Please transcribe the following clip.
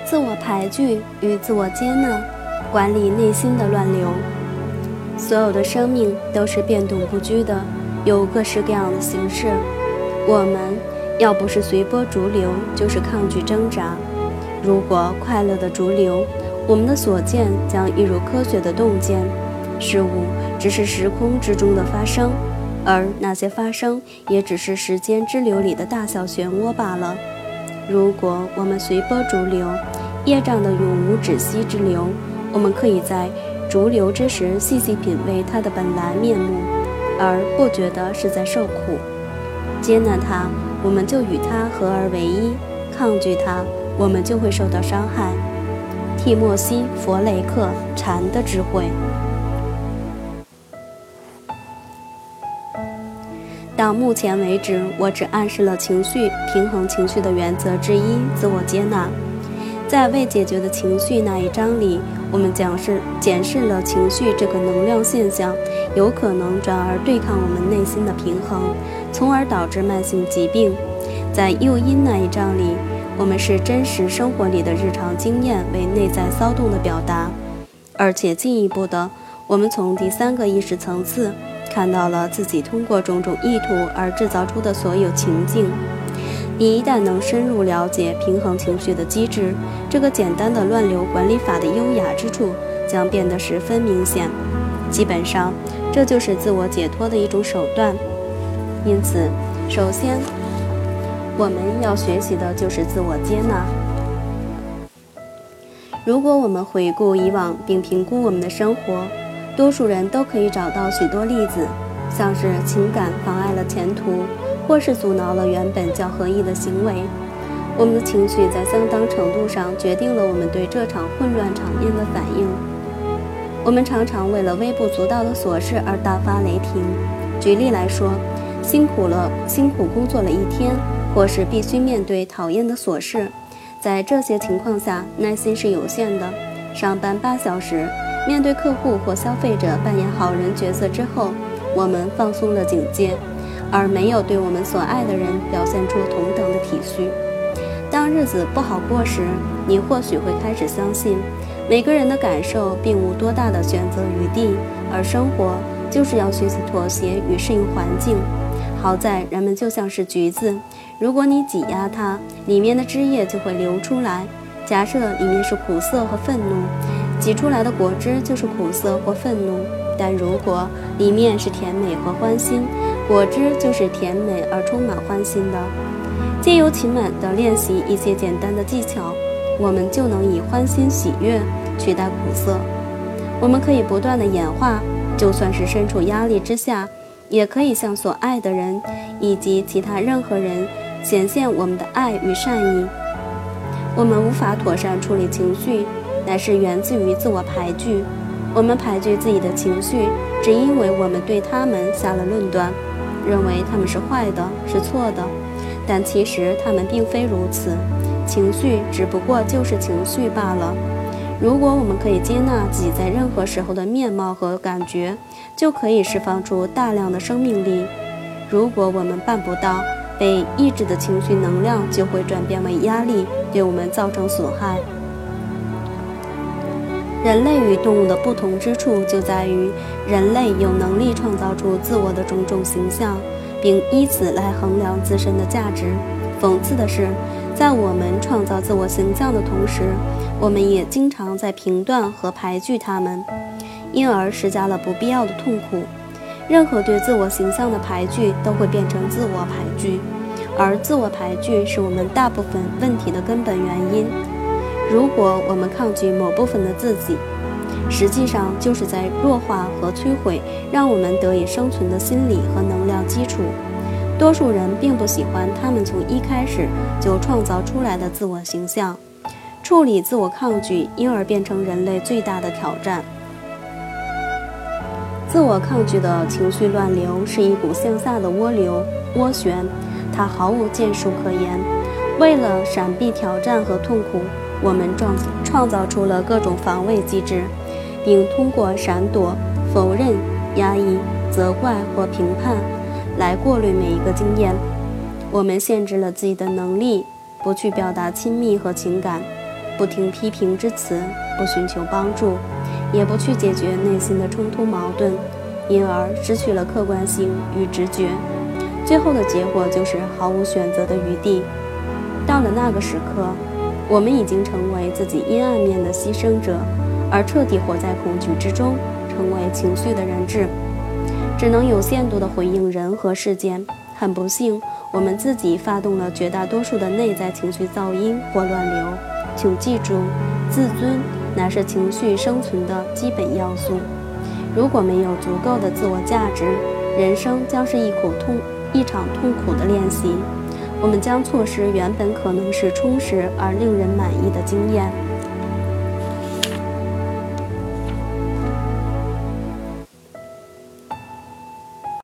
自我排拒与自我接纳，管理内心的乱流。所有的生命都是变动不居的，有各式各样的形式。我们要不是随波逐流，就是抗拒挣扎。如果快乐的逐流，我们的所见将一如科学的洞见，事物只是时空之中的发生，而那些发生也只是时间之流里的大小漩涡罢了。如果我们随波逐流，业障的永无止息之流，我们可以在逐流之时细细品味它的本来面目，而不觉得是在受苦。接纳它，我们就与它合而为一；抗拒它，我们就会受到伤害。蒂莫西·弗雷克，禅的智慧。到目前为止，我只暗示了平衡情绪的原则之一——自我接纳。在未解决的情绪那一章里，我们检视了情绪这个能量现象有可能转而对抗我们内心的平衡，从而导致慢性疾病。在诱因那一章里，我们视真实生活里的日常经验为内在骚动的表达，而且进一步的，我们从第三个意识层次看到了自己通过种种意图而制造出的所有情境。你一旦能深入了解平衡情绪的机制，这个简单的乱流管理法的优雅之处将变得十分明显。基本上，这就是自我解脱的一种手段。因此，首先我们要学习的就是自我接纳。如果我们回顾以往并评估我们的生活，多数人都可以找到许多例子，像是情感妨碍了前途，或是阻挠了原本较合意的行为。我们的情绪在相当程度上决定了我们对这场混乱场面的反应。我们常常为了微不足道的琐事而大发雷霆。举例来说，辛苦工作了一天，或是必须面对讨厌的琐事。在这些情况下，耐心是有限的。上班8小时，面对客户或消费者扮演好人角色之后，我们放松了警戒，而没有对我们所爱的人表现出同等的体恤。当日子不好过时，你或许会开始相信，每个人的感受并无多大的选择余地，而生活就是要学习妥协与适应环境。好在人们就像是橘子，如果你挤压它，里面的汁液就会流出来。假设里面是苦涩和愤怒，挤出来的果汁就是苦涩或愤怒；但如果里面是甜美和欢欣，果汁就是甜美而充满欢欣的。借由勤勉地练习一些简单的技巧，我们就能以欢欣喜悦取代苦涩。我们可以不断地演化，就算是身处压力之下，也可以向所爱的人以及其他任何人显现我们的爱与善意。我们无法妥善处理情绪，乃是源自于自我排拒。我们排拒自己的情绪，只因为我们对他们下了论断，认为他们是坏的，是错的。但其实他们并非如此，情绪只不过就是情绪罢了。如果我们可以接纳自己在任何时候的面貌和感觉，就可以释放出大量的生命力。如果我们办不到，被抑制的情绪能量就会转变为压力，对我们造成损害。人类与动物的不同之处就在于，人类有能力创造出自我的种种形象，并以此来衡量自身的价值。讽刺的是，在我们创造自我形象的同时，我们也经常在评断和排拒它们，因而施加了不必要的痛苦。任何对自我形象的排拒都会变成自我排拒，而自我排拒是我们大部分问题的根本原因。如果我们抗拒某部分的自己，实际上就是在弱化和摧毁让我们得以生存的心理和能量基础。多数人并不喜欢他们从一开始就创造出来的自我形象，处理自我抗拒因而变成人类最大的挑战。自我抗拒的情绪乱流是一股向下的涡旋，它毫无建树可言。为了闪避挑战和痛苦，我们创造出了各种防卫机制，并通过闪躲、否认、压抑、责怪或评判来过滤每一个经验。我们限制了自己的能力，不去表达亲密和情感。 不听批评之词，不寻求帮助，也不去解决内心的冲突矛盾，因而失去了客观性与直觉。最后的结果就是毫无选择的余地。到了那个时刻，我们已经成为自己阴暗面的牺牲者，而彻底活在恐惧之中，成为情绪的人质，只能有限度地回应人和事件。很不幸，我们自己发动了绝大多数的内在情绪噪音或乱流。请记住，自尊乃是情绪生存的基本要素。如果没有足够的自我价值，人生将是一场痛苦的练习。我们将错失原本可能是充实而令人满意的经验。